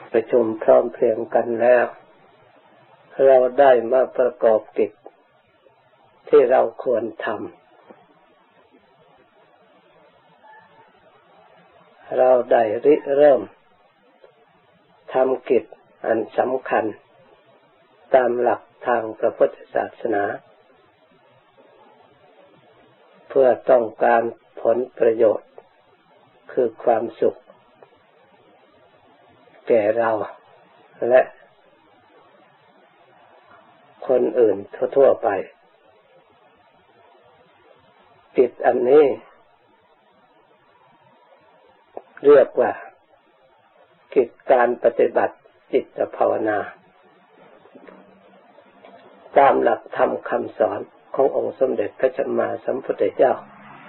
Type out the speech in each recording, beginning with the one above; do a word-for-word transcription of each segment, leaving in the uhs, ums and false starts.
ประชุมพร้อมเพรียงกันแล้วเราได้มาประกอบกิจที่เราควรทำเราได้ริเริ่มทำกิจอันสำคัญตามหลักทางพระพุทธศาสนาเพื่อต้องการผลประโยชน์คือความสุขแก่เราและคนอื่นทั่วๆไปกิจอันนี้เรียกว่ากิจการปฏิบัติจิตภาวนาตามหลักธรรมคำสอนขององค์สมเด็จพระสัมมาสัมพุทธเจ้า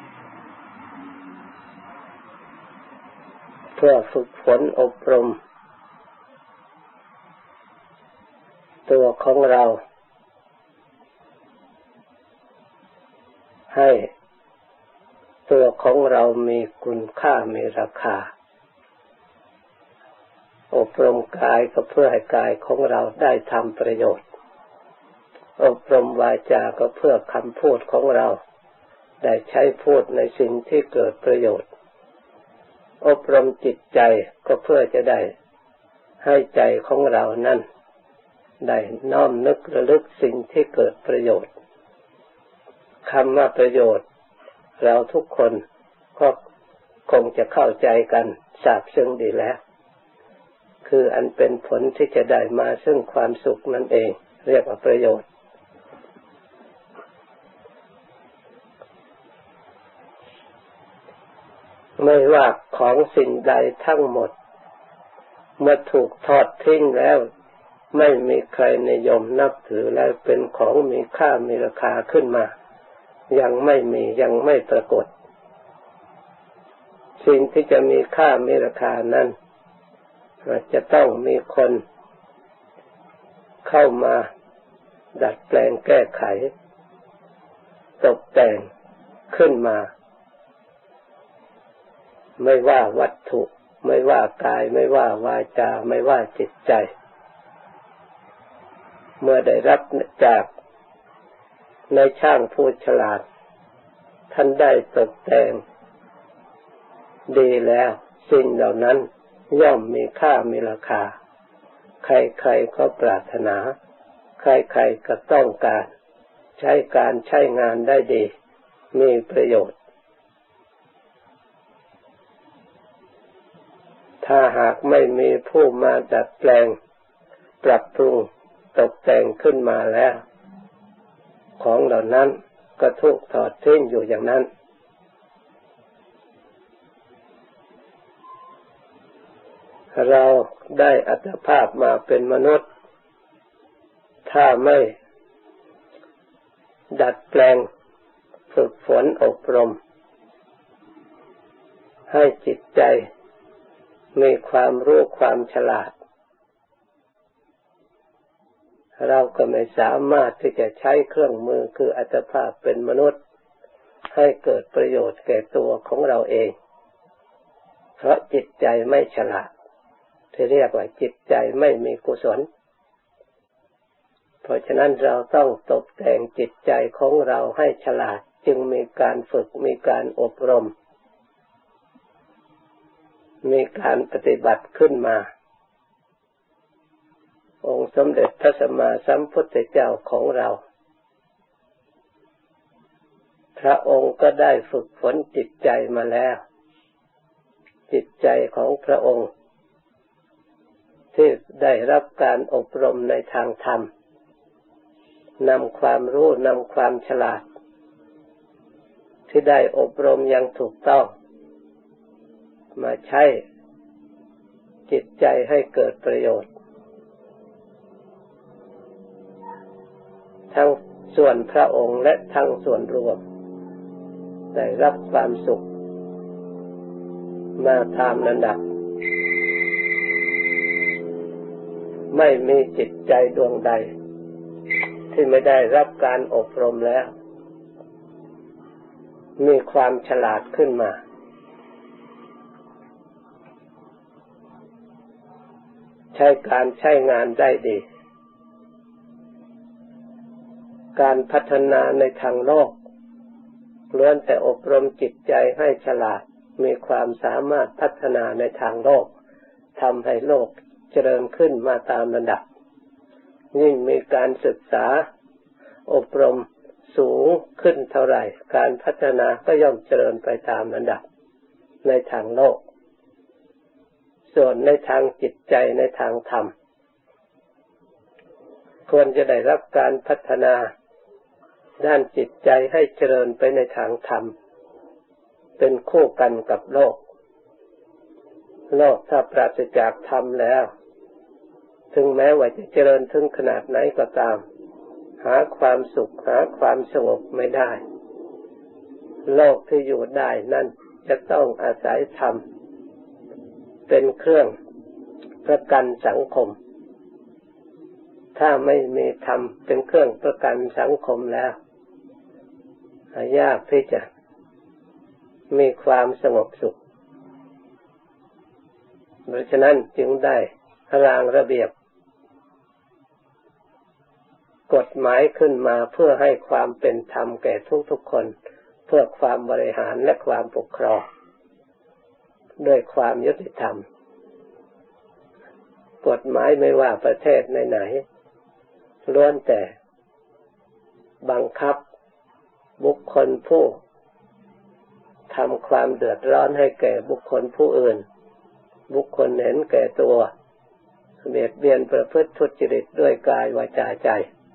เพื่อฝึกฝนอบรมตัวของเราให้ตัวของเรามีคุณค่ามีราคาอบรมกายก็เพื่อให้กายของเราได้ทำประโยชน์อบรมวาจาก็เพื่อคำพูดของเราได้ใช้พูดในสิ่งที่เกิดประโยชน์อบรมจิตใจก็เพื่อจะได้ให้ใจของเรานั้นได้น้อมนึกระลึกสิ่งที่เกิดประโยชน์คำว่าประโยชน์เราทุกคนก็คงจะเข้าใจกันทราบซึ้งดีแล้วคืออันเป็นผลที่จะได้มาซึ่งความสุขนั่นเองเรียกว่าประโยชน์ไม่ว่าของสิ่งใดทั้งหมดเมื่อถูกทอดทิ้งแล้วไม่มีใครนิยมนับถือแล้วเป็นของมีค่ามีราคาขึ้นมายังไม่มียังไม่ปรากฏสิ่งที่จะมีค่ามีราคานั้นจะต้องมีคนเข้ามาดัดแปลงแก้ไขตกแต่งขึ้นมาไม่ว่าวัตถุไม่ว่ากายไม่ว่าวาจาไม่ว่าจิตใจเมื่อได้รับจากในช่างผู้ฉลาดท่านได้ตกแต่งดีแล้วสิ่งเหล่านั้นย่อมมีค่ามีราคาใครๆก็ปรารถนาใครๆก็ต้องการใช้การใช้งานได้ดีมีประโยชน์ถ้าหากไม่มีผู้มาดัดแปลงปรับปรุงตกแต่งขึ้นมาแล้วของเหล่านั้นก็ถูกทอดทิ้งอยู่อย่างนั้นเราได้อัตภาพมาเป็นมนุษย์ถ้าไม่ดัดแปลงฝึกฝนอบรมให้จิตใจมีความรู้ความฉลาดเราก็ไม่สามารถที่จะใช้เครื่องมือคืออัตภาพเป็นมนุษย์ให้เกิดประโยชน์แก่ตัวของเราเองเพราะจิตใจไม่ฉลาดที่เรียกว่าจิตใจไม่มีกุศลเพราะฉะนั้นเราต้องตกแต่งจิตใจของเราให้ฉลาดจึงมีการฝึกมีการอบรมมีการปฏิบัติขึ้นมาองค์สมเด็จพระสัมมาสัมพุทธเจ้าของเราพระองค์ก็ได้ฝึกฝนจิตใจมาแล้วจิตใจของพระองค์ที่ได้รับการอบรมในทางธรรมนำความรู้นำความฉลาดที่ได้อบรมอย่างถูกต้องมาใช้จิตใจให้เกิดประโยชน์ทั้งส่วนพระองค์และทั้งส่วนรวมได้รับความสุขมาตามลำดับไม่มีจิตใจดวงใดที่ไม่ได้รับการอบรมแล้วมีความฉลาดขึ้นมาใช้การใช้งานได้ดีการพัฒนาในทางโลกล้วนแต่อบรมจิตใจให้ฉลาดมีความสามารถพัฒนาในทางโลกทำให้โลกเจริญขึ้นมาตามระดับยิ่งมีการศึกษาอบรมสูงขึ้นเท่าไหร่การพัฒนาก็ย่อมเจริญไปตามระดับในทางโลกส่วนในทางจิตใจในทางธรรมควรจะได้รับการพัฒนาด้านจิตใจให้เจริญไปในทางธรรมเป็นคู่กันกับโลกโลกถ้าปราศจากธรรมแล้วถึงแม้ว่าจะเจริญถึงขนาดไหนก็ตามหาความสุขหาความสงบไม่ได้โลกที่อยู่ได้นั่นจะต้องอาศัยธรรมเป็นเครื่องประกันสังคมถ้าไม่มีธรรมเป็นเครื่องประกันสังคมแล้วยากที่จะมีความสงบสุขเพราะฉะนั้นจึงได้รางระเบียบกฎหมายขึ้นมาเพื่อให้ความเป็นธรรมแก่ทุกๆคนเพื่อความบริหารและความปกครองด้วยความยุติธรรมกฎหมายไม่ว่าประเทศไหนๆล้วนแต่บังคับบุคคลผู้ทำความเดือดร้อนให้แก่บุคคลผู้อื่นบุคคลเห็นแก่ตัวเบียดเบียนประพฤติทุจริตด้วยกายวาจาใจ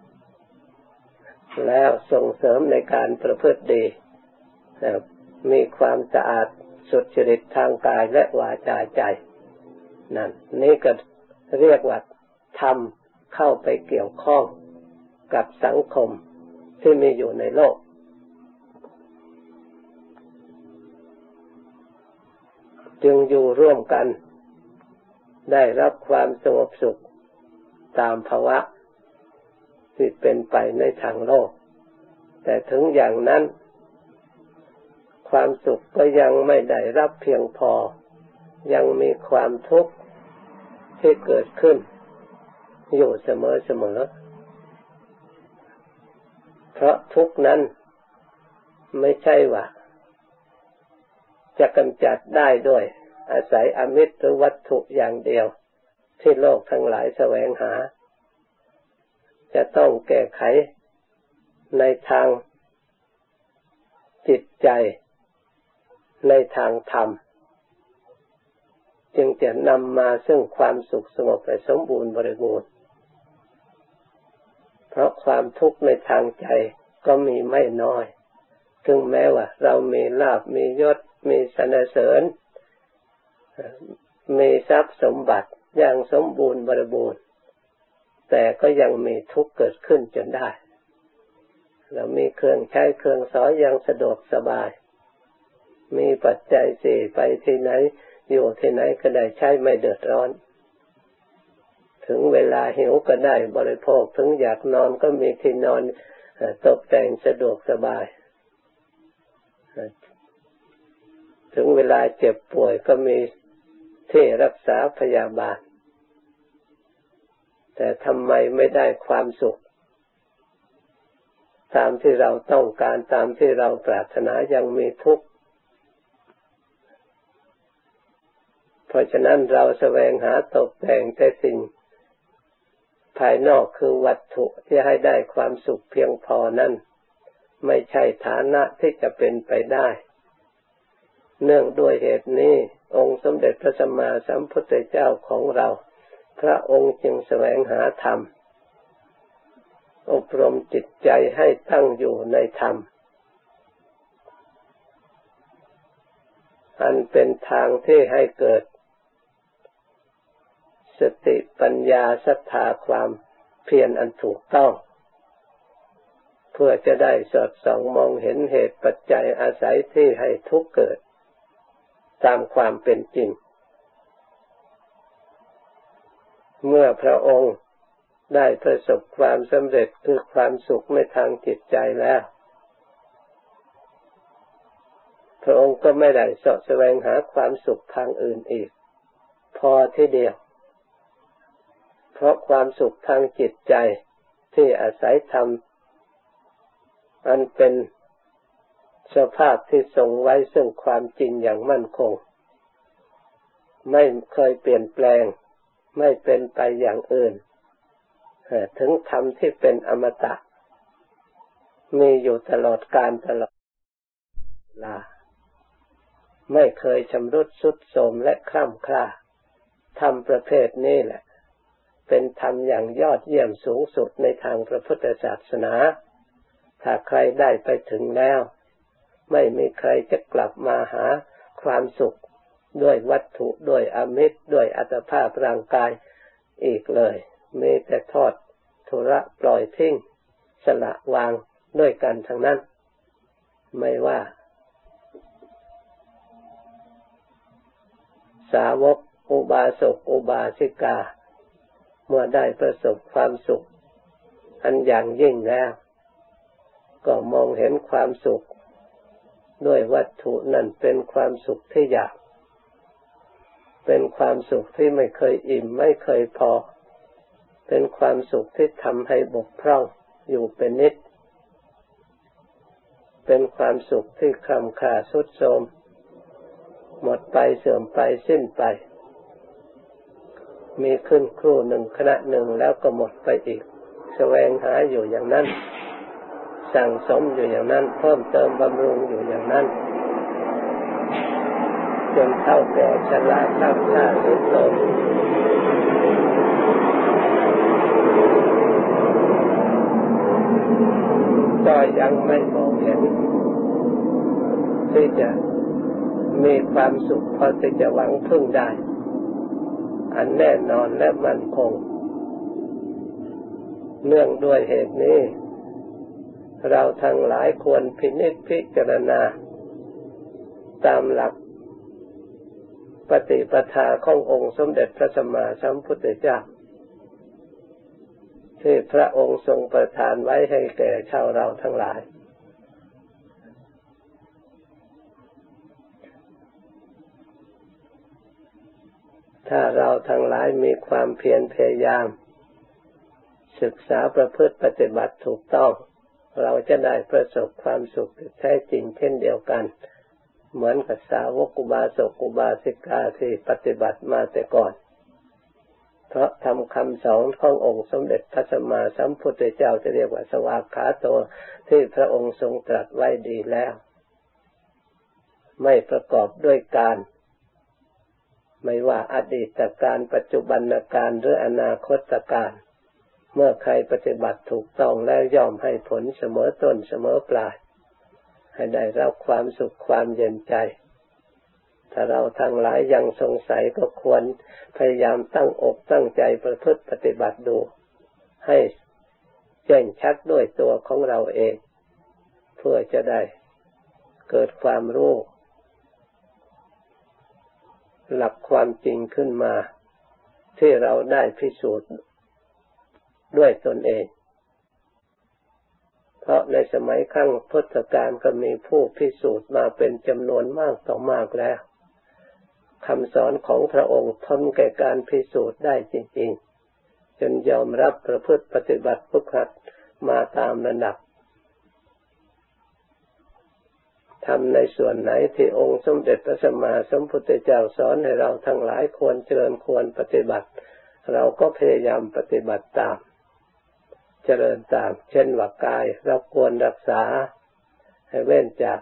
แล้วส่งเสริมในการประพฤติดีมีความสะอาดสุจริตทางกายและวาจาใจนั่นนี่ก็เรียกว่าธรรมเข้าไปเกี่ยวข้องกับสังคมที่มีอยู่ในโลกจึงอยู่ร่วมกันได้รับความสงบสุขตามภาวะที่เป็นไปในทางโลกแต่ถึงอย่างนั้นความสุขก็ยังไม่ได้รับเพียงพอยังมีความทุกข์ที่เกิดขึ้นอยู่เสมอๆเพราะทุกข์นั้นไม่ใช่ว่าจะกำจัดได้ด้วยอาศัยอมิตรหรือวัตถุอย่างเดียวที่โลกทั้งหลายแสวงหาจะต้องแก้ไขในทางจิตใจในทางธรรมจึงจะนำมาซึ่งความสุขสงบและสมบูรณ์บริบูรณ์เพราะความทุกข์ในทางใจก็มีไม่น้อยถึงแม้ว่าเรามีลาภมียศมีสรรเสริญมีทรัพย์สมบัติอย่างสมบูรณ์บริบูรณ์แต่ก็ยังมีทุกข์เกิดขึ้นจนได้เรามีเครื่องใช้เครื่องสอยอย่างสะดวกสบายมีปัจจัยสี่ไปที่ไหนอยู่ที่ไหนก็ได้ใช้ไม่เดือดร้อนถึงเวลาหิวก็ได้บริโภคถึงอยากนอนก็มีที่นอนตกแต่งสะดวกสบายถึงเวลาเจ็บป่วยก็มีที่รักษาพยาบาลแต่ทำไมไม่ได้ความสุขตามที่เราต้องการตามที่เราปรารถนายังมีทุกข์เพราะฉะนั้นเราแสวงหาตกแต่งแต่สิ่งภายนอกคือวัตถุที่ให้ได้ความสุขเพียงพอนั้นไม่ใช่ฐานะที่จะเป็นไปได้เนื่องด้วยเหตุนี้องค์สมเด็จพระสัมมาสัมพุทธเจ้าของเราพระองค์จึงแสวงหาธรรมอบรมจิตใจให้ตั้งอยู่ในธรรมอันเป็นทางที่ให้เกิดสติปัญญาศรัทธาความเพียรอันถูกต้องเพื่อจะได้สอดส่องมองเห็นเหตุปัจจัยอาศัยที่ให้ทุกข์เกิดตามความเป็นจริงเมื่อพระองค์ได้ประสบความสำเร็จคือความสุขในทางจิตใจแล้วพระองค์ก็ไม่ได้เสาะแสวงหาความสุขทางอื่นอีกพอทีเดียวเพราะความสุขทางจิตใจที่อาศัยธรรมอันเป็นสภาพที่ทรงไว้ซึ่งความจริงอย่างมั่นคงไม่เคยเปลี่ยนแปลงไม่เป็นไปอย่างอื่นถึงธรรมที่เป็นอมตะมีอยู่ตลอดกาลตลอดเวลาไม่เคยชำรุดทรุดโทรมและคล่ำคล้าธรรมประเภทนี้แหละเป็นธรรมอย่างยอดเยี่ยมสูงสุดในทางพระพุทธศาสนาถ้าใครได้ไปถึงแล้วไม่มีใครจะกลับมาหาความสุขด้วยวัตถุด้วยอามิตรด้วยอัตภาพร่างกายอีกเลยมีแต่ทอดทุระปล่อยทิ้งสละวางด้วยกันทั้งนั้นไม่ว่าสาวกอุบาสกอุบาสิกาเมื่อได้ประสบความสุขอันอย่างยิ่งแล้วก็มองเห็นความสุขด้วยวัตถุนั้นเป็นความสุขที่หยาบเป็นความสุขที่ไม่เคยอิ่มไม่เคยพอเป็นความสุขที่ทำให้บกพร่องอยู่เป็นนิดเป็นความสุขที่คำค่าทรุดโทรมหมดไปเสื่อมไปสิ้นไปมีขึ้นครู่หนึ่งขณะหนึ่งแล้วก็หมดไปอีกแสวงหาอยู่อย่างนั้นสั่งสมอยู่อย่างนั้นเพิ่มเติมบำรุงอยู่อย่างนั้นจนเฒ่าแก่ชราคล่ำคล้าทรุดโทรมก็ยังไม่มองเห็นที่จะมีความสุขพอที่จะหวังพึ่งได้อันแน่นอนและมั่นคงเนื่องด้วยเหตุนี้เราทั้งหลายควรพินิจพิจารณาตามหลักปฏิปทาขององค์สมเด็จพระสัมมาสัมพุทธเจ้าที่พระองค์ทรงประทานไว้ให้แก่ชาวเราทั้งหลายถ้าเราทั้งหลายมีความเพียรพยายามศึกษาประพฤติปฏิบัติถูกต้องเราจะได้ประสบความสุขแท้จริงเช่นเดียวกันเหมือนกับสาวกอุบาสกอุบาสิกาที่ปฏิบัติมาแต่ก่อนเพราะทำคำสอนขององค์สมเด็จพระสัมมาสัมพุทธเจ้าจะเรียกว่าสวากขาโตที่พระองค์ทรงตรัสไว้ดีแล้วไม่ประกอบด้วยการไม่ว่าอดีตการปัจจุบันการหรืออนาคตการเมื่อใครปฏิบัติถูกต้องแล้วย่อมให้ผลเสมอต้นเสมอปลายให้ได้รับความสุขความเย็นใจถ้าเราทั้งหลายยังสงสัยก็ควรพยายามตั้งอกตั้งใจประพฤติปฏิบัติดูให้แจ้งชัดด้วยตัวของเราเองเพื่อจะได้เกิดความรู้หลักความจริงขึ้นมาที่เราได้พิสูจน์ด้วยตนเองเพราะในสมัยครั้งพุทธกาลก็มีผู้พิสูจน์มาเป็นจำนวนมากต่อมากแล้วคำสอนของพระองค์ทนแก่การพิสูจน์ได้จริงๆจนยอมรับประพฤติปฏิบัติฝึกหัดมาตามระดับทำในส่วนไหนที่องค์สมเด็จพระสัมมาสัมพุทธเจ้าสอนให้เราทั้งหลายควรเจริญควรปฏิบัติเราก็พยายามปฏิบัติตามเจริญตามเช่นว่ากายเราควรรักษาให้เว้นจาก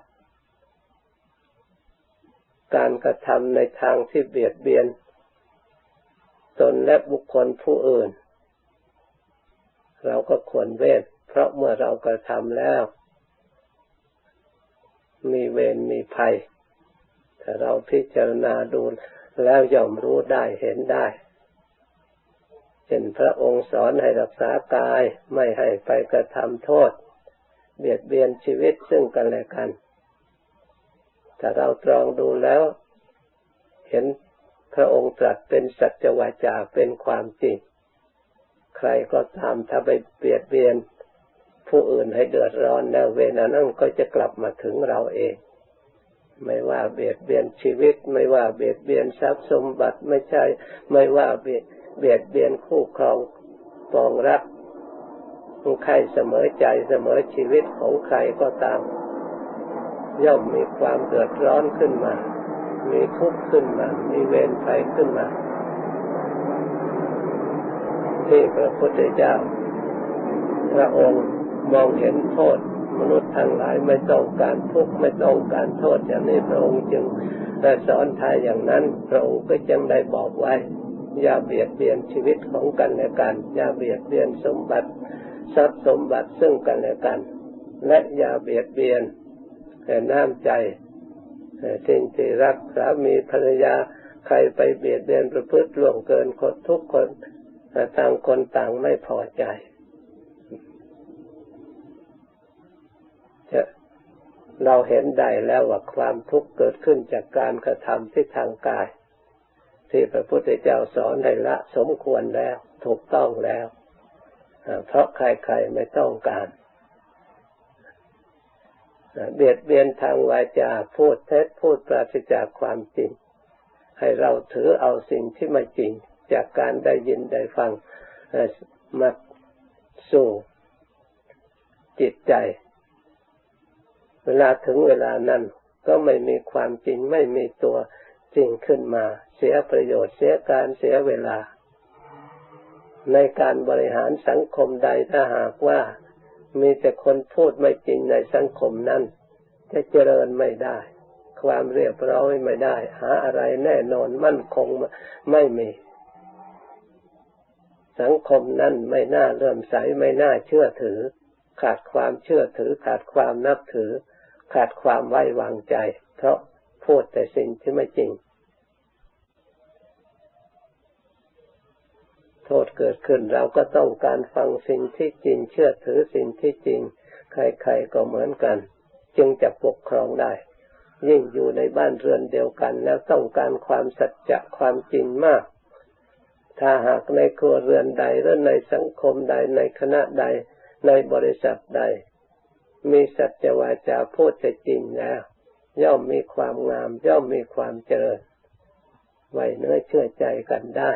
การกระทำในทางที่เบียดเบียนตนและบุคคลผู้อื่นเราก็ควรเว้นเพราะเมื่อเรากระทำแล้วมีเวรมีภัยถ้าเราพิจารณาดูแล้วย่อมรู้ได้เห็นได้เช่นพระองค์สอนให้รักษากายไม่ให้ไปกระทำโทษเบียดเบียนชีวิตซึ่งกันและกันถ้าเราตรองดูแล้วเห็นพระองค์ตรัสเป็นสัจวาจาเป็นความจริงใครก็ตามถ้าไปเบียดเบียนผู้อื่นให้เดือดร้อนแล้วเวรนั้นก็จะกลับมาถึงเราเองไม่ว่าเบียดเบียนชีวิตไม่ว่าเบียดเบียนทรัพย์สมบัติไม่ใช่ไม่ว่าเบียดเบียดเบียนคู่ครองปองรักใครเสมอใจเสมอชีวิตของใครก็ตามย่อมมีความเดือดร้อนขึ้นมามีทุกข์ขึ้นมามีเวรภัยขึ้นมาที่พระพุทธเจ้าพระองค์มองเห็นโทษมนุษย์ทั้งหลายไม่ต้องการทุกข์ไม่ต้องการโทษอย่างนี้พระองค์จึงได้สอนทายอย่างนั้นพระองค์ก็จึงได้บอกไว้อย่าเบียดเบียนชีวิตของกันและกันอย่าเบียดเบียนสมบัติทรัพย์สมบัติซึ่งกันและกันและอย่าเบียดเบียนน้ำใจสิ่งที่รักสามีภรรยาใครไปเบียดเบียนประพฤติล่วงเกินคนทุกคนต่างคนต่างไม่พอใจเราเห็นได้แล้วว่าความทุกข์เกิดขึ้นจากการกระทำที่ทางกายที่พระพุทธเจ้าสอนให้ละสมควรแล้วถูกต้องแล้วเพราะใครๆไม่ต้องการเบียดเบียนทางวาจาพูดเท็จพูดปราศจากความจริงให้เราถือเอาสิ่งที่ไม่จริงจากการได้ยินได้ฟังมาสู่จิตใจเวลาถึงเวลานั้นก็ไม่มีความจริงไม่มีตัวจริงขึ้นมาเสียประโยชน์เสียการเสียเวลาในการบริหารสังคมใดถ้าหากว่ามีแต่คนพูดไม่จริงในสังคมนั้นจะเจริญไม่ได้ความเรียบร้อยไม่ได้หาอะไรแน่นอนมั่นคงไม่มีสังคมนั้นไม่น่าเลื่อมใสไม่น่าเชื่อถือขาดความเชื่อถือขาดความนับถือขาดความไว้วางใจเพราะพูดแต่สิ่งที่ไม่จริงโทษเกิดขึ้นเราก็ต้องการฟังสิ่งที่จริงเชื่อถือสิ่งที่จริงใครๆก็เหมือนกันจึงจะปกครองได้ยิ่งอยู่ในบ้านเรือนเดียวกันแล้วต้องการความสัจจะความจริงมากถ้าหากในครัวเรือนใดหรือในสังคมใดในคณะใดในบริษัทใดมีสัจวาจาพูดแต่จริงแล้วย่อมมีความงามย่อมมีความเจริญไว้เนื้อเชื่อใจกันได้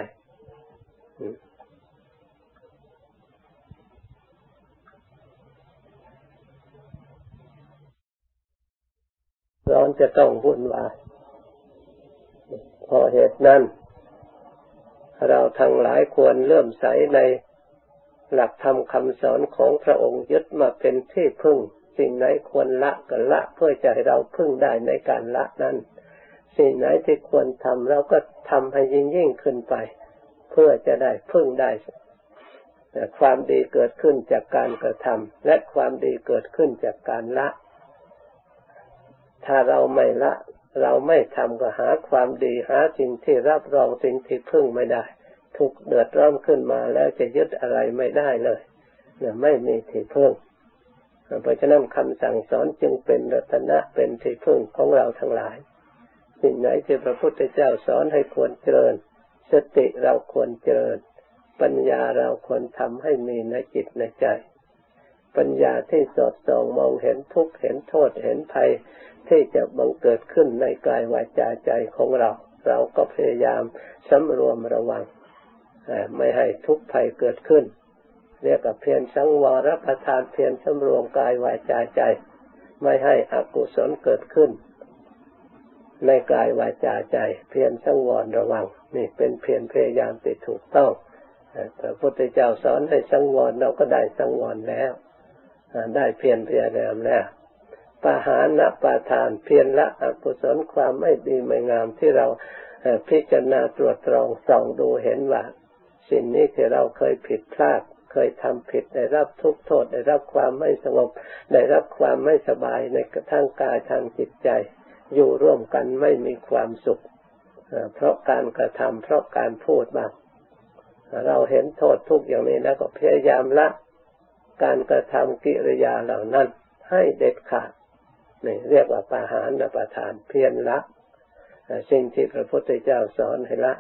เราจะต้องวุ่นวายเพราะเหตุนั้นเราทั้งหลายควรเลื่อมใสในหลักธรรมคำสอนของพระองค์ยึดมาเป็นที่พึ่งสิ่งไหนควรละก็ละเพื่อจะให้เราพึ่งได้ในการละนั้นสิ่งไหนที่ควรทำเราก็ทำให้ยิ่งยิ่งขึ้นไปเพื่อจะได้พึ่งได้ความดีเกิดขึ้นจากการกระทำและความดีเกิดขึ้นจากการละถ้าเราไม่ละเราไม่ทำก็หาความดีหาสิ่งที่รับรองสิ่งที่พึ่งไม่ได้ทุกเดือดร้อนขึ้นมาแล้วจะยึดอะไรไม่ได้เลยเนี่ยไม่มีที่พึ่งเพราะฉะนั้นคำสั่งสอนจึงเป็นรัตนะเป็นที่พึ่งของเราทั้งหลายสิ่งไหนที่พระพุทธเจ้าสอนให้ควรเจริญสติเราควรเจริญปัญญาเราควรทำให้มีในจิตในใจปัญญาที่สอดส่องมองเห็นทุกข์เห็นโทษเห็นภัยที่จะบังเกิดขึ้นในกายวาจาใจของเราเราก็พยายามสำรวมระวังไม่ให้ทุกข์ภัยเกิดขึ้นเรียกว่าเพียรสังวรรับประทานเพียรสำรวมกายวาจาใจไม่ให้อกุศลเกิดขึ้นในกายวาจาใจเพียรสังวรระวังนี่เป็นเพียรพยายามที่ถูกต้องพระพุทธเจ้าสอนให้สังวรเราก็ได้สังวรแล้วได้เพียรพยายามแล้วปหานะปาทานเพียรละอกุศลความไม่ดีไม่งามที่เราพิจารณาตรวจตรองส่องดูเห็นว่าสิ่งนี้ที่เราเคยผิดพลาดเคยทำผิดได้รับทุกข์โทษได้รับความไม่สงบได้รับความไม่สบายในทางกายทางจิตใจอยู่ร่วมกันไม่มีความสุขเพราะการกระทำเพราะการพูดบ้างเราเห็นโทษทุกอย่างนี้แล้วก็พยายามละการกระทำกิริยาเหล่านั้นให้เด็ดขาดนี่เรียกว่าปหานปทานเพียรละสิ่งที่พระพุทธเจ้าสอนให้ละ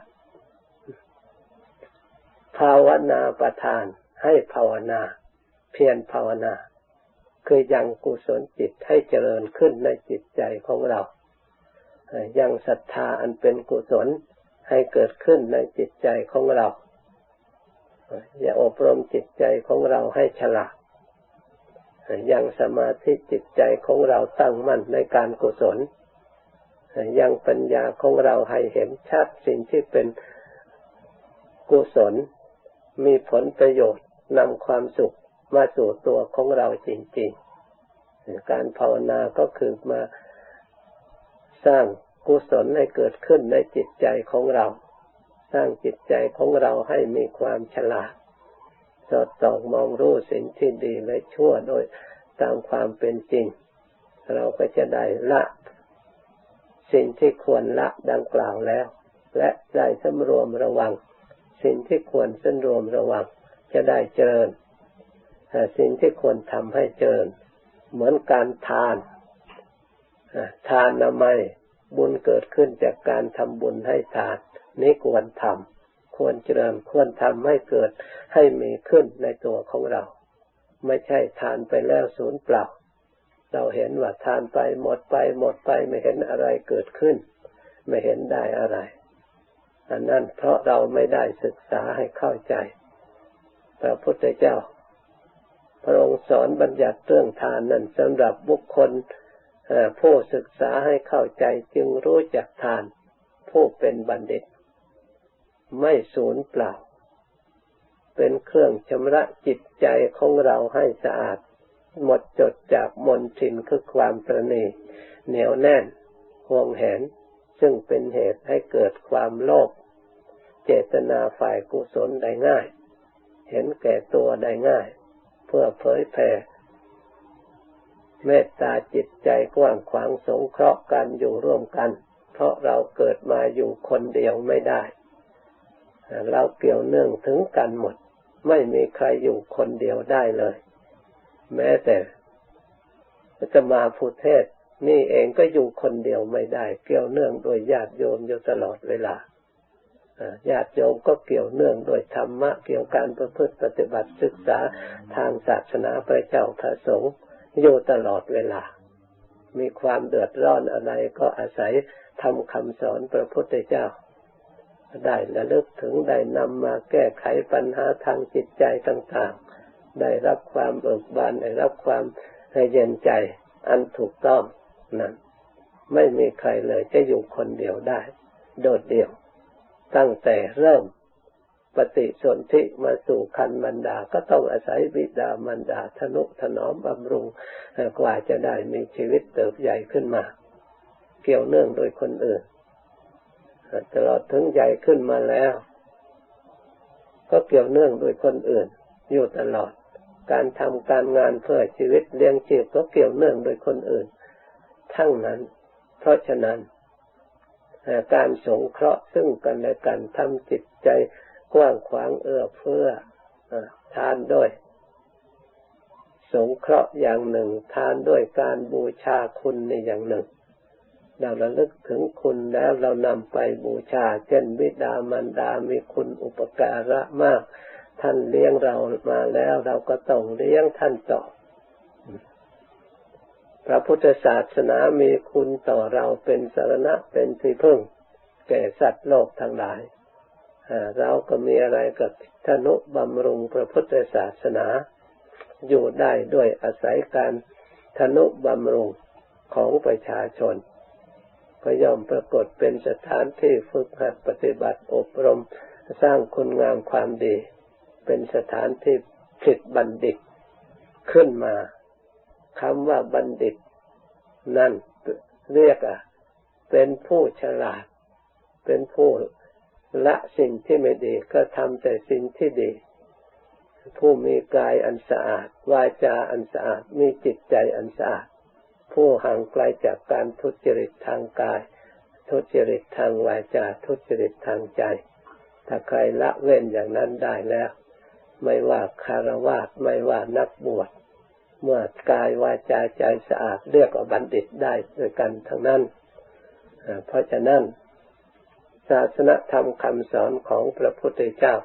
ภาวนาประทานให้ภาวนาเพียรภาวนาคือยังกุศลจิตให้เจริญขึ้นในจิตใจของเรายังศรัทธาอันเป็นกุศลให้เกิดขึ้นในจิตใจของเราอย่าอบรมจิตใจของเราให้ฉลาดยังสมาธิจิตใจของเราตั้งมั่นในการกุศลยังปัญญาของเราให้เห็นชัดสิ่งที่เป็นกุศลมีผลประโยชน์นำความสุขมาสู่ตัวของเราจริงๆการภาวนาก็คือมาสร้างกุศลให้เกิดขึ้นในจิตใจของเราสร้างจิตใจของเราให้มีความฉลาดสอดส่องมองรู้สิ่งที่ดีและชั่วโดยตามความเป็นจริงเราก็จะได้ละสิ่งที่ควรละดังกล่าวแล้วและได้สำรวมระวังสิ่งที่ควรสำรวมระวังจะได้เจริญสิ่งที่ควรทำให้เจริญเหมือนการทานทานนามัยบุญเกิดขึ้นจากการทำบุญให้ทานนี้ควรทำควรเจริญควรทำให้เกิดให้มีขึ้นในตัวของเราไม่ใช่ทานไปแล้วสูญเปล่าเราเห็นว่าทานไปหมดไปหมดไปไม่เห็นอะไรเกิดขึ้นไม่เห็นได้อะไรอันนั้นเพราะเราไม่ได้ศึกษาให้เข้าใจพระพุทธเจ้าพระองค์สอนบัญญัติเรื่องทานนั้นสำหรับบุคคลผู้ศึกษาให้เข้าใจจึงรู้จักทานผู้เป็นบัณฑิตไม่สูญเปล่าเป็นเครื่องชำระจิตใจของเราให้สะอาดหมดจดจากมลทินคือความตระหนี่เหนียวแน่นห่วงแหนซึ่งเป็นเหตุให้เกิดความโลภเจตนาฝ่ายกุศลได้ง่ายเห็นแก่ตัวได้ง่ายเพื่อเผยแผ่เมตตาจิตใจกว้างขวางสงเคราะห์กันอยู่ร่วมกันเพราะเราเกิดมาอยู่คนเดียวไม่ได้เราเกี่ยวเนื่องถึงกันหมดไม่มีใครอยู่คนเดียวได้เลยแม้แต่จะมาพูดเทศนี่เองก็อยู่คนเดียวไม่ได้เกี่ยวเนื่องโดยญาติโยมอยู่ตลอดเวลาญาติโยมก็เกี่ยวเนื่องโดยธรรมะเกี่ยวการประพฤติปฏิบัติศึกษาทางศาสนาพระเจ้าพระสงฆ์อยู่ตลอดเวลามีความเดือดร้อนอะไรก็อาศัยทำคำสอนพระพุทธเจ้าได้ระลึกถึงได้นำมาแก้ไขปัญหาทางจิตใจต่างๆได้รับความเบิกบานได้รับความเย็นใจอันถูกต้องนั้นไม่มีใครเลยจะอยู่คนเดียวได้โดดเดี่ยวตั้งแต่เริ่มปฏิสนธิมาสู่ครรภ์มารดาก็ต้องอาศัยบิดามารดาทนุถนอมบำรุงกว่าจะได้มีชีวิตเติบใหญ่ขึ้นมาเกี่ยวเนื่องโดยคนอื่นตลอดถึงใหญ่ขึ้นมาแล้วก็เกี่ยวเนื่องโดยคนอื่นอยู่ตลอดการทำการงานเพื่อชีวิตเลี้ยงชีพก็เกี่ยวเนื่องโดยคนอื่นทั้งนั้นเพราะฉะนั้นการสงเคราะห์ซึ่งกันและกันทำจิตใจกว้างขวางเอื้อเฟื้อทานด้วยสงเคราะห์อย่างหนึ่งทานด้วยการบูชาคุณในอย่างหนึ่งเราระลึกถึงคุณแล้วเรานำไปบูชาเช่นบิดามารดามีคุณอุปการะมากท่านเลี้ยงเรามาแล้วเราก็ต้องเลี้ยงท่านต่อพระพุทธศาสนามีคุณต่อเราเป็นสรณะเป็นที่พึ่งแก่สัตว์โลกทั้งหลายเราก็มีอะไรกับทนุบำรุงพระพุทธศาสนาอยู่ได้ด้วยอาศัยการทนุบำรุงของประชาชนก็ย่อมปรากฏเป็นสถานที่ฝึกหัดปฏิบัติอบรมสร้างคุณงามความดีเป็นสถานที่ผลิตบัณฑิตขึ้นมาคำว่าบัณฑิตนั่นเรียกอ่ะเป็นผู้ฉลาดเป็นผู้ละสิ่งที่ไม่ดีก็ทำแต่สิ่งที่ดีผู้มีกายอันสะอาดวาจาอันสะอาดมีจิตใจอันสะอาดผู้ห่างไกลจากการทุจริตทางกายทุจริตทางวาจาทุจริตทางใจถ้าใครละเว้นอย่างนั้นได้แล้วไม่ว่าคฤหัสถ์ไม่ว่านักบวชเมื่อกายวาจาใจสะอาดเรียกว่าบัณฑิตได้ด้วยกันทั้งนั้นเพราะฉะนั้นศาสนธรรมคำสอนของพระพุทธเจ้า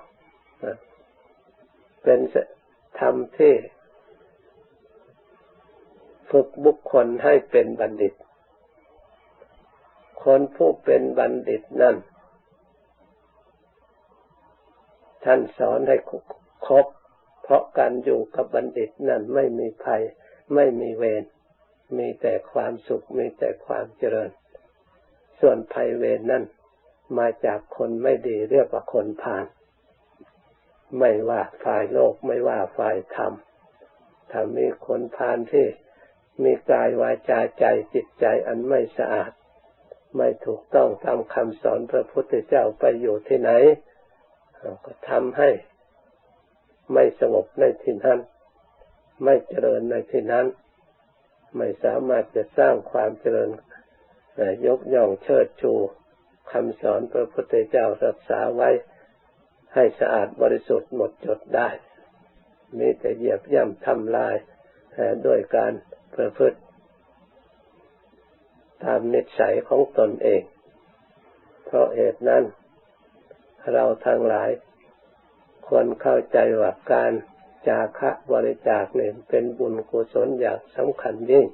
เป็นธรรมที่ฝึกบุคคลให้เป็นบัณฑิตคนผู้เป็นบัณฑิตนั้นท่านสอนให้คบเพราะการอยู่กับบัณฑิตนั้นไม่มีภัยไม่มีเวรมีแต่ความสุขมีแต่ความเจริญส่วนภัยเวรนั้นมาจากคนไม่ดีเรียกว่าคนพาลไม่ว่าฝ่ายโลกไม่ว่าฝ่ายธรรมถ้ามีคนพาลที่มีกายวาจาใจจิตใจอันไม่สะอาดไม่ถูกต้องตามคำสอนพระพุทธเจ้าไปอยู่ที่ไหนก็ทำให้ไม่สงบในที่นั้นไม่เจริญในที่นั้นไม่สามารถจะสร้างความเจริญยกย่องเชิดชูคำสอนพระพุทธเจ้ารักษาไว้ให้สะอาดบริสุทธิ์หมดจดได้มีแต่เหยียบย่ำทำลายด้วยการประพฤติตามนิสัยของตนเองเพราะเหตุนั้นเราทั้งหลายควรเข้าใจว่าการจาคะบริจาคเนี่ยเป็นบุญกุศลอย่างสำคัญยิ่ง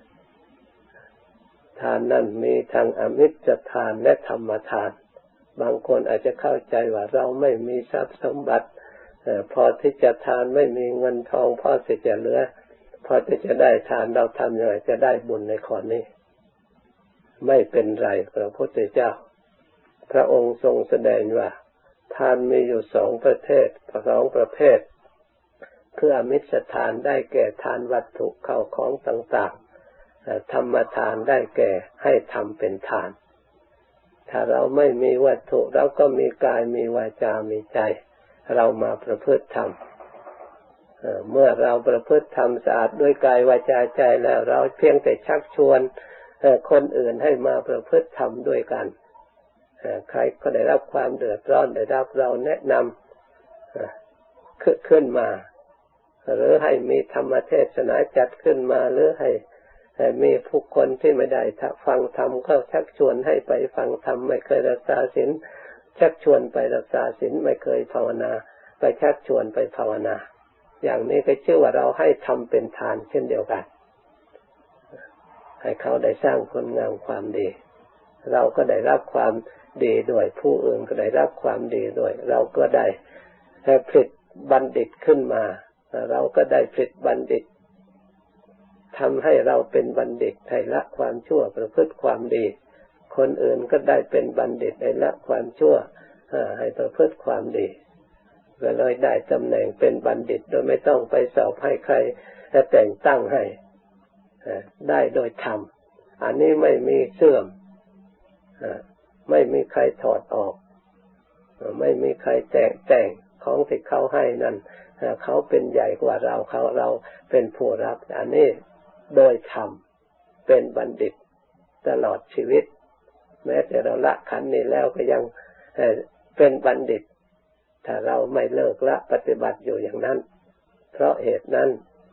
ทานนั้นมีทั้งอมิตรทานและธรรมทานบางคนอาจจะเข้าใจว่าเราไม่มีทรัพย์สมบัติพอที่จะทานไม่มีเงินทองพอที่จะเหลือพอที่จะได้ทานเราทำอย่างไรจะได้บุญในข้อนี้ไม่เป็นไรพระพุทธเจ้าพระองค์ทรงแสดงว่าทานมีอยู่สองประเภทสองประเภทคืออมิตรทานได้แก่ทานวัตถุเข้าของต่างๆธรรมทานได้แก่ให้ทำเป็นทานถ้าเราไม่มีวัตถุเราก็มีกายมีวาจามีใจเรามาประพฤติธรรมเมื่อเราประพฤติธรรมสะอาดด้วยกายวาจาใจแล้วเราเพียงแต่ชักชวนคนอื่นให้มาประพฤติธรรมด้วยกันใครก็ได้รับความเดือดร้อนได้รับเราแนะนำขึ้นมาหรือให้มีธรรมเทศนาจัดขึ้นมาหรือให้มีผู้คนที่ไม่ได้ฟังธรรมก็ชักชวนให้ไปฟังธรรมไม่เคยรักษาศีลชักชวนไปรักษาศีลไม่เคยภาวนาไปชักชวนไปภาวนาอย่างนี้ก็ชื่อว่าเราให้ทำเป็นทานเช่นเดียวกันให้เขาได้สร้างคุณงามความดีเราก็ได้รับความดีด้วยผู้อื่นก็ได้รับความดีด้วยเราก็ได้ผลิตบัณฑิตขึ้นมาเราก็ได้ผลิตบัณฑิตทำให้เราเป็นบัณฑิตให้ละความชั่วประพฤติความดีคนอื่นก็ได้เป็นบัณฑิตให้ละความชั่วให้ประพฤติความดีก็เลยได้ตำแหน่งเป็นบัณฑิตโดยไม่ต้องไปสอบให้ใครแต่งตั้งให้ได้โดยธรรมอันนี้ไม่มีเสื่อมไม่มีใครถอดออกไม่มีใครแจกแต่งของที่เขาให้นั่นเขาเป็นใหญ่กว่าเราเขาเราเป็นผู้รับอันนี้โดยธรรมเป็นบัณฑิตตลอดชีวิตแม้แต่เราละขันธ์นี้แล้วก็ยังเป็นบัณฑิตถ้าเราไม่เลิกละปฏิบัติอยู่อย่างนั้นเพราะเหตุนั้น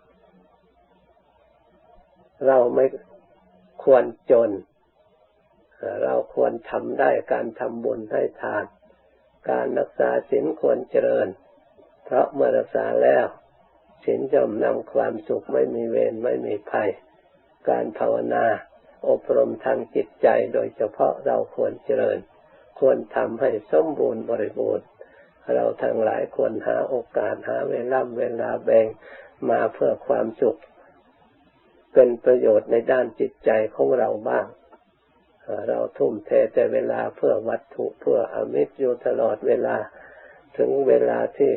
เราไม่ควรจนเราควรทำได้การทำบุญให้ทานการรักษาศีลควรเจริญเพราะเมื่อรักษาแล้วศีลย่อมนำความสุขไม่มีเวรไม่มีภัยการภาวนาอบรมทางจิตใจโดยเฉพาะเราควรเจริญควรทำให้สมบูรณ์บริบูรณ์เราทั้งหลายควรหาโอกาสหาเวลาเวลาแบ่งมาเพื่อความสุขเป็นประโยชน์ในด้านจิตใจของเราบ้างเราทุ่มเทแต่เวลาเพื่อวัตถุเพื่ออมิตรอยู่ตลอดเวลาถึงเวลาที่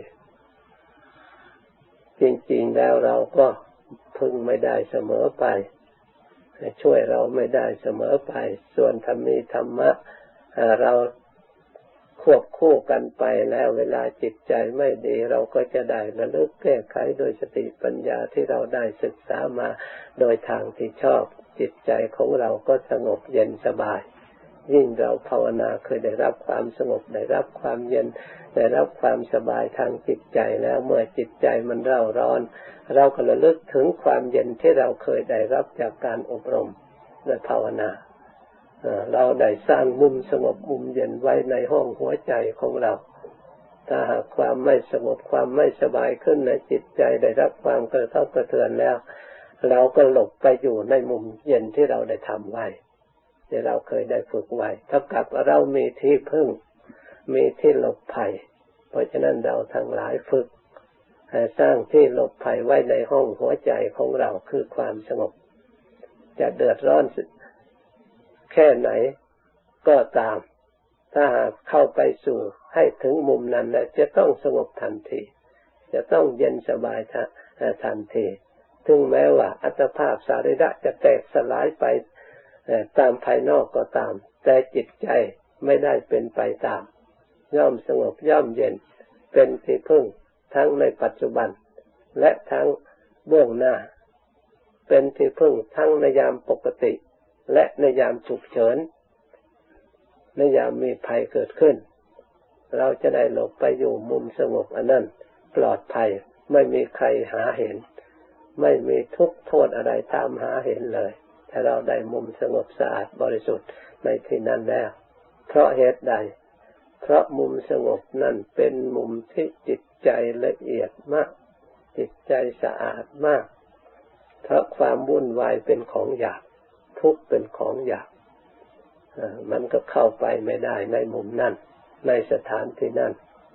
จริงๆแล้วเราก็พึงไม่ได้เสมอไปช่วยเราไม่ได้เสมอไปส่วนธรรมีธรรมะเราควบคู่กันไปแล้วเวลาจิตใจไม่ดีเราก็จะได้ระลึกแก้ไขโดยสติปัญญาที่เราได้ศึกษามาโดยทางที่ชอบจิตใจของเราก็สงบเย็นสบายยิ่งเราภาวนาเคยได้รับความสงบได้รับความเย็นได้รับความสบายทางจิตใจแล้วเมื่อจิตใจมันเร่าร้อนเราก็ระลึกถึงความเย็นที่เราเคยได้รับจากการอบรมและภาวนาเราได้สร้างมุมสงบมุมเย็นไว้ในห้องหัวใจของเราถ้าหากความไม่สงบความไม่สบายขึ้นในจิตใจได้รับความกระทบกระเทือนแล้วเราก็หลบไปอยู่ในมุมเย็นที่เราได้ทำไว้ที่เราเคยได้ฝึกไว้เท่ากับเรามีที่พึ่งมีที่หลบภัยเพราะฉะนั้นเราทั้งหลายฝึกสร้างที่หลบภัยไว้ในห้องหัวใจของเราคือความสงบจะเดือดร้อนแค่ไหนก็ตามถ้าหากเข้าไปสู่ให้ถึงมุมนั้นแล้วจะต้องสงบทันทีจะต้องเย็นสบายทันทีถึงแม้ว่าอัตภาพสรีระจะแตกสลายไปตามภายนอกก็ตามแต่จิตใจไม่ได้เป็นไปตามย่อมสงบย่อมเย็นเป็นที่พึ่งทั้งในปัจจุบันและทั้งเบื้องหน้าเป็นที่พึ่งทั้งในยามปกติและในยามฉุกเฉินในยามมีภัยเกิดขึ้นเราจะได้หลบไปอยู่มุมสงบอันนั้นปลอดภัยไม่มีใครหาเห็นไม่มีทุกข์โทษอะไรตามหาเห็นเลยถ้าเราได้มุมสงบสะอาดบริสุทธิ์ในที่นั้นแล้วเพราะเหตุใดเพราะมุมสงบนั่นเป็นมุมที่จิตใจละเอียดมากจิตใจสะอาดมากเพราะความวุ่นวายเป็นของหยาบทุกข์เป็นของหยาบมันก็เข้าไปไม่ได้ในมุมนั้นในสถานที่นั้น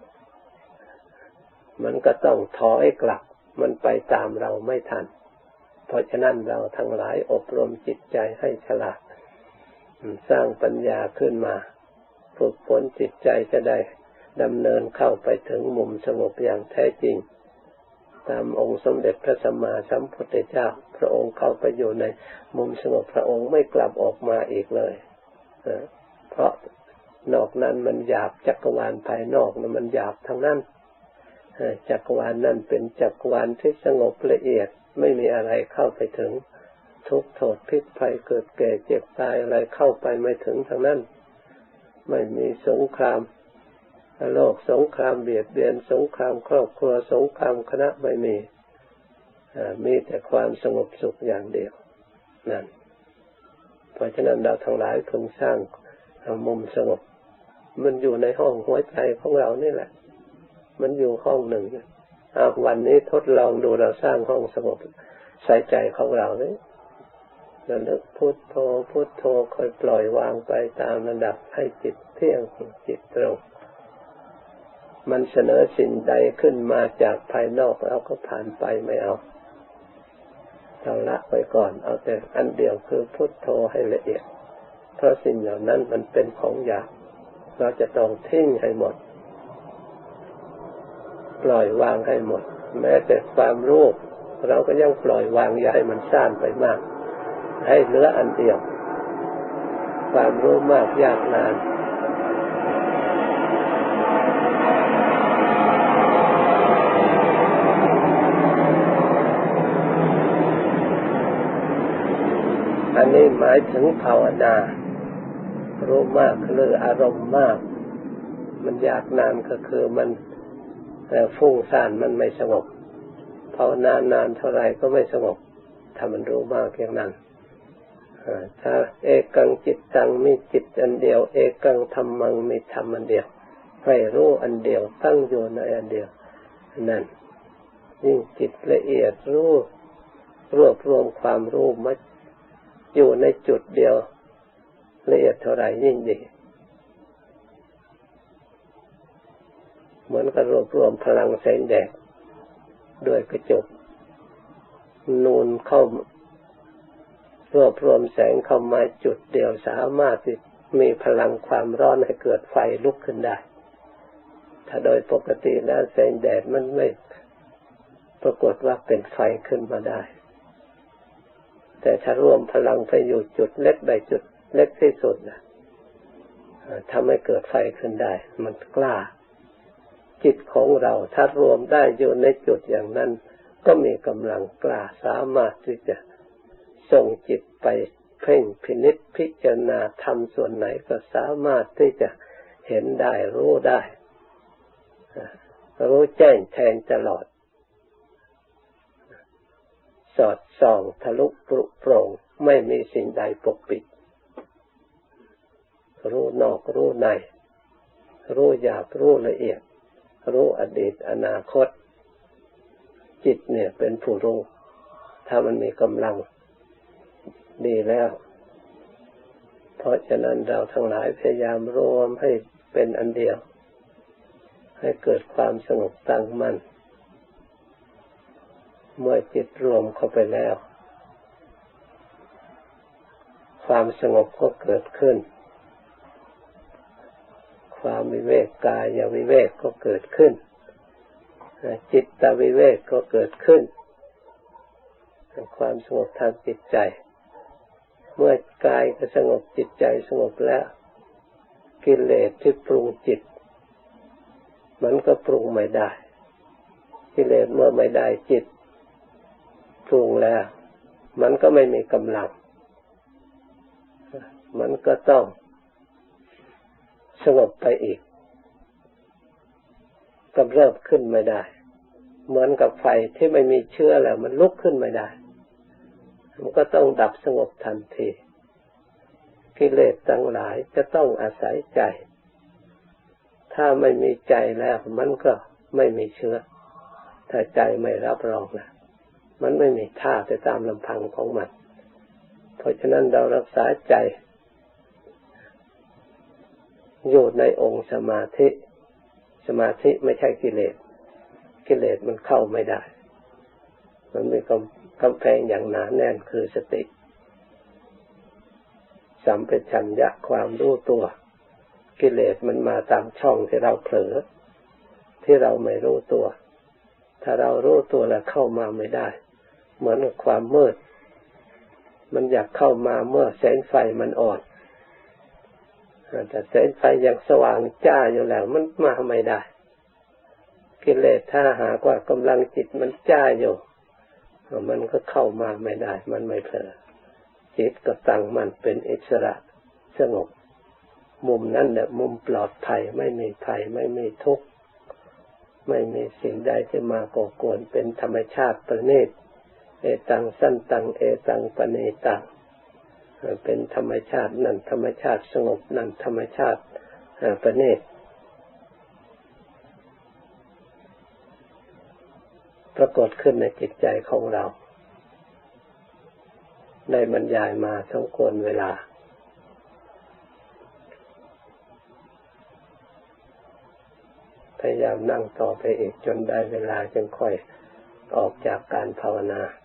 มันก็ต้องถอยกลับมันไปตามเราไม่ทันเพราะฉะนั้นเราทั้งหลายอบรมจิตใจให้ฉลาดสร้างปัญญาขึ้นมาฝึกฝนจิตใจจะได้ดำเนินเข้าไปถึงมุมสงบอย่างแท้จริงตามองค์สมเด็จพระสัมมาสัมพุทธเจ้าพระองค์เข้าไปอยู่ในมุมสงบพระองค์ไม่กลับออกมาอีกเลยเพราะนอกนั้นมันหยาบจักรวาลภายนอกนั้นมันหยาบทั้งนั้นจักรวาลนั่นเป็นจักรวาลที่สงบละเอียดไม่มีอะไรเข้าไปถึงทุกข์โทษพิษภัยเกิดแก่เจ็บตายอะไรเข้าไปไม่ถึงทั้งนั้นไม่มีสงครามโลกสงครามเบียดเบียนสงครามครอบครัวสงครามคณะไม่มีมีแต่ความสงบสุขอย่างเดียวนั่นเพราะฉะนั้นเราทั้งหลายพึงสร้างมุมสงบมันอยู่ในห้องหัวใจของเรานี่แหละมันอยู่ห้องหนึ่งวันนี้ทดลองดูเราสร้างห้องสงบใส่ใจของเราเนี่ยระลึกพุทโธพุทโธค่อยปล่อยวางไปตามระดับให้จิตเที่ยงจิตตรงมันเสนอสิ่งใดขึ้นมาจากภายนอกเราก็ผ่านไปไม่เอาเราละไว้ก่อนเอาแต่อันเดียวคือพุทโธให้ละเอียดเพราะสิ่งเหล่านั้นมันเป็นของหยาบเราจะต้องทิ้งให้หมดปล่อยวางให้หมดแม้แต่ความรู้เราก็ยังปล่อยวางอย่าให้มันซ่านไปมากให้เหลืออันเดียวความรู้มากยากนานอันนี้หมายถึงภาวนารู้มากหรืออารมณ์มากมันยากนานก็คือมันฟุ้งซ่านมันไม่สงบภาวนานานเท่าไรก็ไม่สงบถ้ามันรู้มากอย่างนั้นถ้าเอกังจิตตังมีจิตอันเดียวเอกังธัมมังมีธรรมอันเดียวให้รู้อันเดียวตั้งอยู่ในอันเดียวนั่นยิ่งจิตละเอียดรู้รวบรวมความรู้มาอยู่ในจุดเดียวละเอียดเท่าไรยิ่งดีเหมือนกับรวบรวมพลังแสงแดดด้วยกระจกนูนเข้ารวบรวมแสงเข้ามาจุดเดียวสามารถที่มีพลังความร้อนให้เกิดไฟลุกขึ้นได้ถ้าโดยปกติแล้วแสงแดดมันไม่ปรากฏว่าเป็นไฟขึ้นมาได้แต่ถ้ารวมพลังไปอยู่จุดเล็กใดจุดเล็กที่สุดนะทำให้เกิดไฟขึ้นได้มันกล้าจิตของเราถ้ารวมได้อยู่ในจุดอย่างนั้นก็มีกำลังกล้าสามารถที่จะส่งจิตไปเพ่งพินิจพิจารณาทำส่วนไหนก็สามารถที่จะเห็นได้รู้ได้รู้แจ้งแทงตลอดสอดส่องทะลุปรุโปร่งไม่มีสิ่งใดปกปิดรู้นอกรู้ในรู้หยาบรู้ละเอียดรู้อดีตอนาคตจิตเนี่ยเป็นผู้รู้ถ้ามันมีกำลังดีแล้วเพราะฉะนั้นเราทั้งหลายพยายามรวมให้เป็นอันเดียวให้เกิดความสงบตั้งมั่นเมื่อจิตรวมเข้าไปแล้วความสงบก็เกิดขึ้นความวิเวกกายวิเวกก็เกิดขึ้นจิตตวิเวกก็เกิดขึ้นความสงบทางจิตใจเมื่อกายก็สงบจิตใจสงบแล้วกิเลสที่ปรุงจิตมันก็ปรุงไม่ได้กิเลสเมื่อไม่ได้จิตปรุงแล้วมันก็ไม่มีกำลังมันก็ต้องสงบไปอีกกำเริบขึ้นไม่ได้เหมือนกับไฟที่ไม่มีเชื้อแล้วมันลุกขึ้นไม่ได้มันก็ต้องดับสงบทันทีกิเลสทั้งหลายจะต้องอาศัยใจถ้าไม่มีใจแล้วมันก็ไม่มีเชื้อถ้าใจไม่รับรองนะมันไม่มีท่าไปตามลำพังของมันเพราะฉะนั้นเรารักษาใจอยู่ในองค์สมาธิสมาธิไม่ใช่กิเลสกิเลสมันเข้าไม่ได้มันมีกำแพงอย่างหนาแน่นคือสติสัมปชัญญะความรู้ตัวกิเลสมันมาตามช่องที่เราเผลอที่เราไม่รู้ตัวถ้าเรารู้ตัวแล้วเข้ามาไม่ได้เหมือนกับความมืดมันอยากเข้ามาเมื่อแสงไฟมันอ่อนแต่แสงไฟยังสว่างจ้าอยู่แล้วมันมาไม่ได้กิเลสถ้าหากว่ากำลังจิตมันจ้าอยู่มันก็เข้ามาไม่ได้มันไม่เผลอจิตก็ตั้งมั่นเป็นอิสระสงบมุมนั้นแหละมุมปลอดภัยไม่มีภัยไม่มีทุกข์ไม่มีสิ่งใดที่มาก่อกวนเป็นธรรมชาติประณีตเอตังสันตังเอตังปณีตังเป็นธรรมชาตินั่นธรรมชาติสงบนั่นธรรมชาติประณีตปรากฏขึ้นในจิตใจของเราได้บรรยายมาสมควรเวลาพยายามนั่งต่อไปอีกจนได้เวลาจึงค่อยออกจากการภาวนา